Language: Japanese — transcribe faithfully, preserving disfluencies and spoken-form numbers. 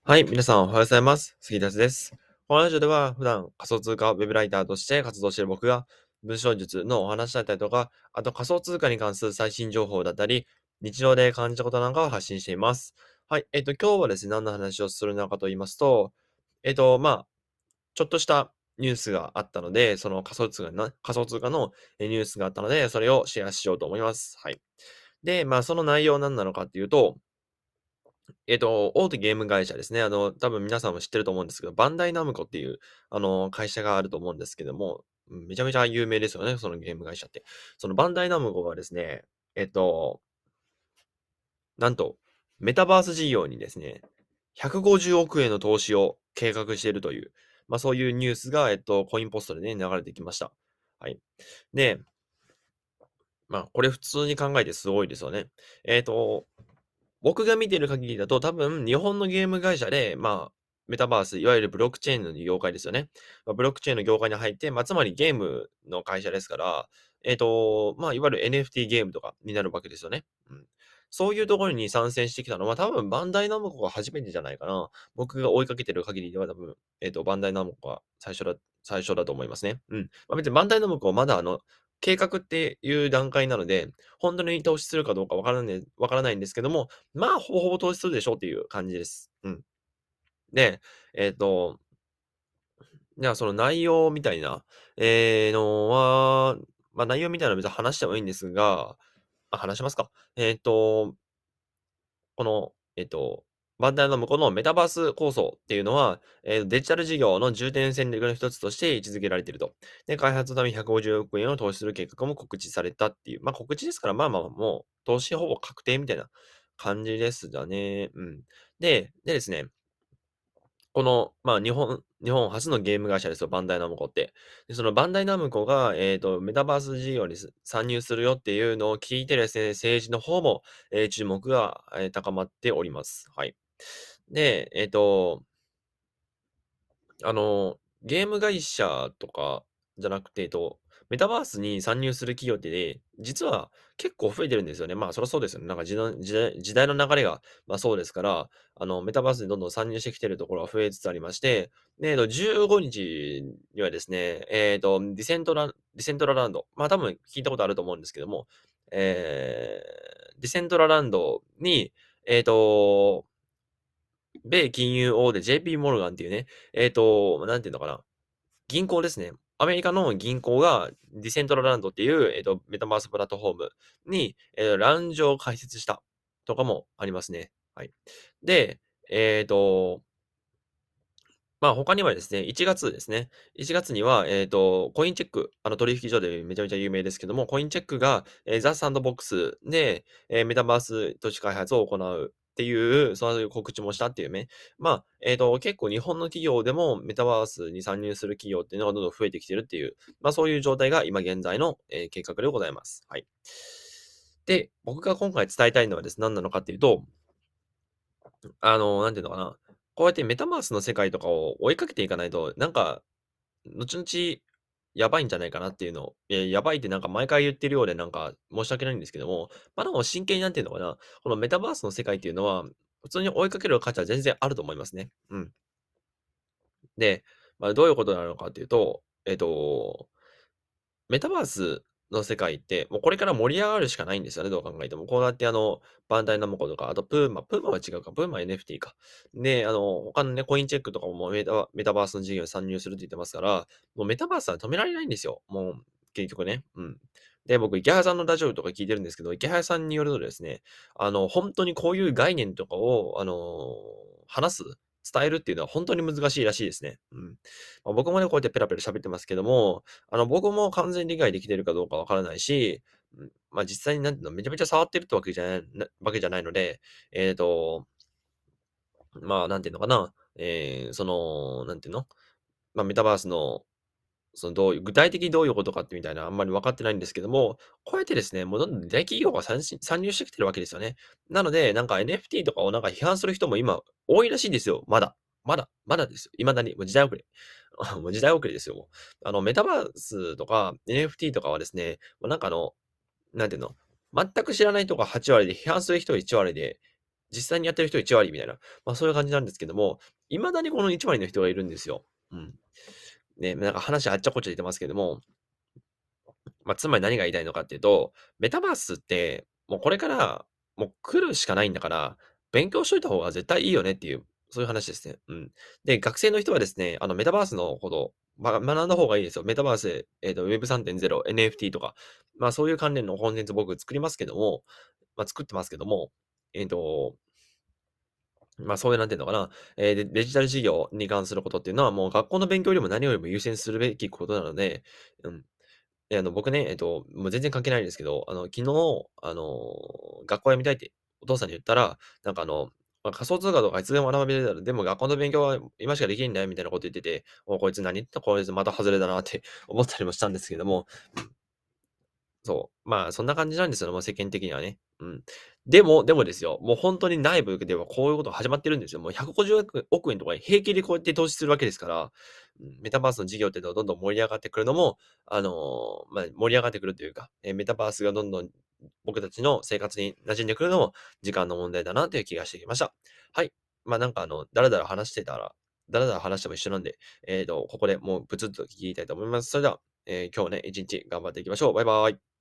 はい、皆さんおはようございます。杉田です。このラジオでは普段仮想通貨ウェブライターとして活動している僕が文章術のお話だったりとか、あと仮想通貨に関する最新情報だったり、日常で感じたことなんかを発信しています。はい、えっと、今日はですね、何の話をするのかと言いますと、えっと、まあ、ちょっとしたニュースがあったので、その仮想通貨の、仮想通貨のえニュースがあったので、それをシェアしようと思います。はい。で、まあ、その内容は何なのかっていうと、えっと、大手ゲーム会社ですね。あの、多分皆さんも知ってると思うんですけど、バンダイナムコっていう、あの、会社があると思うんですけども、うん、めちゃめちゃ有名ですよね、そのゲーム会社って。そのバンダイナムコがですね、えっと、なんと、メタバース事業にですね、ひゃくごじゅうおく円の投資を計画しているという、まあそういうニュースが、えっと、コインポストでね、流れてきました。はい。で、まあこれ普通に考えてすごいですよね。えっと、僕が見てる限りだと、多分日本のゲーム会社で、まあ、メタバース、いわゆるブロックチェーンの業界ですよね。まあ、ブロックチェーンの業界に入って、まあ、つまりゲームの会社ですから、えっと、まあ、いわゆる エヌエフティー ゲームとかになるわけですよね。うん。そういうところに参戦してきたのは、多分バンダイナムコが初めてじゃないかな。僕が追いかけてる限りでは多分、えっと、バンダイナムコが最初だ最初だと思いますね。うん。まあ、別にバンダイナムコはまだあの、計画っていう段階なので、本当に投資するかどうかわからないわからないんですけども、まあ、ほぼほぼ投資するでしょうっていう感じです。うん。で、えっと、じゃあその内容みたいな、えーのは、ま、内容みたいなのは別に話してもいいんですが、あ、話しますか。えっと、この、えっと、バンダイナムコのメタバース構想っていうのは、えーデジタル事業の重点戦略の一つとして位置づけられていると。で、開発のためにひゃくごじゅうおく円を投資する計画も告知されたっていう、ま、告知ですから、まあまあ、もう投資ほぼ確定みたいな感じですだね。うん。で、でですね、この、まあ、日本日本初のゲーム会社ですよ、バンダイナムコって。で、そのバンダイナムコが、えっと、メタバース事業にす参入するよっていうのを聞いてですね、政治の方も、え、注目が、え、高まっております。はい。で、えっとあの、ゲーム会社とかじゃなくて、えっと、メタバースに参入する企業ってね、実は結構増えてるんですよね。まあ、そりゃそうですよね。なんか時代時代時代の流れが、まあ、そうですから、あの、メタバースにどんどん参入してきてるところが増えつつありまして、で、えっと、じゅうごにちにはですね、えっと、ディセントラディセントラランド、まあ、多分聞いたことあると思うんですけども、えーディセントラランドに、えっと米金融大手 ジェーピー モルガンっていうね、えっと、なんていうのかな、銀行ですね。アメリカの銀行がディセントラランドっていう、えっと、メタバースプラットフォームに、えーラウンジを開設したとかもありますね。はい。で、えっと、まあ、他にはですね、いちがつですね。いちがつには、えっと、コインチェック、あの、取引所でめちゃめちゃ有名ですけども、コインチェックが、えーザ・サンドボックスで、えーメタバース都市開発を行うっていう、そういう告知もしたっていうね。まあ、えっと、結構日本の企業でもメタバースに参入する企業っていうのがどんどん増えてきてるっていう、まあ、そういう状態が今現在の、えー計画でございます。はい。で、僕が今回伝えたいのはですね、何なのかっていうと、あの、なんていうのかな。こうやってメタバースの世界とかを追いかけていかないと、なんか、後々やばいんじゃないかなっていうのを、いや、やばいってなんか毎回言ってるようでなんか申し訳ないんですけども、まあ、でも真剣になんていうのかな、このメタバースの世界っていうのは、普通に追いかける価値は全然あると思いますね。うん。で、まあ、どういうことなのかっていうと、えっとメタバースの世界って、もうこれから盛り上がるしかないんですよね、どう考えても。こうやってあの、バンダイナムコとか、あとプーマ、プーマは違うか、プーマは エヌエフティー か。で、あの、他のね、コインチェックとかもメタメタバースの事業に参入するって言ってますから、もうメタバースは止められないんですよ。もう、結局ね。うん。で、僕、池原さんのラジオとか聞いてるんですけど、池原さんによるとですね、あの、本当にこういう概念とかを、あの、話す、伝えるっていうのは本当に難しいらしいですね。うん。まあ、僕もね、こうやってペラペラ喋ってますけども、あの、僕も完全に理解できてるかどうかわからないし、うん、まあ、実際になんていうの、めちゃめちゃ触ってるってわけじゃないなわけじゃないので、えっと、まあ、なんていうのかな、えーその、なんていうの、まあ、メタバースの、その、どういう具体的にどういうことかってみたいな、あんまり分かってないんですけども、こうやってですね、もうどんどん大企業が参し参入してきてるわけですよね。なので、なんか エヌエフティー とかをなんか批判する人も今多いらしいんですよ、まだ。まだ、まだですよ。未だに、もう時代遅れ。もう時代遅れですよ、もう。あの、メタバースとか エヌエフティー とかはですね、もうなんかあの、なんていうの、全く知らない人がはち割で批判する人がいち割で、 実際にやってる人いち割みたいな、まあそういう感じなんですけども、未だにこのいち割の人がいるんですよ。うん。ね、なんか話あっちゃこっちゃ言ってますけども、まあ、つまり何が言いたいのかっていうと、メタバースって、もうこれから、もう来るしかないんだから、勉強しといた方が絶対いいよねっていう、そういう話ですね。うん。で、学生の人はですね、あの、メタバースのこと、ま、学んだ方がいいですよ。メタバースで、えっと、Web さんてんゼロ、エヌエフティー とか、まあ、そういう関連のコンテンツ僕作りますけども、まあ、作ってますけども、えっと、まあ、そういうなんていうのかな、えーで、デジタル事業に関することっていうのは、もう学校の勉強よりも何よりも優先するべきことなので、うん。え、あの、僕ね、えっと、もう全然関係ないんですけど、あの、昨日、あの、学校辞めたいってお父さんに言ったら、なんかあの、ま、仮想通貨とかいつでも学べるだろ、でも学校の勉強は今しかできんだよみたいなこと言ってて、お、こいつ何言ってんこいつまた外れだなって思ったりもしたんですけども、そう。まあ、そんな感じなんですよ、もう世間的にはね。うん。でもでもですよ、もうほんとに内部ではこういうことが始まってるんですよ。もうひゃくごじゅうおく億円とか平気でこうやって投資するわけですから、うん、メタバースの事業っていうのはどんどん盛り上がってくるのも、あの、ま、盛り上がってくるというか、え、メタバースがどんどん僕たちの生活に馴染んでくるのも時間の問題だなという気がしてきました。はい。ま、なんかあの、だらだら話してたら、だらだら話しても一緒なんで、えっと、ここでもうブツッと切りたいと思います。それでは、え、今日ね、いちにち頑張っていきましょう。バイバイ。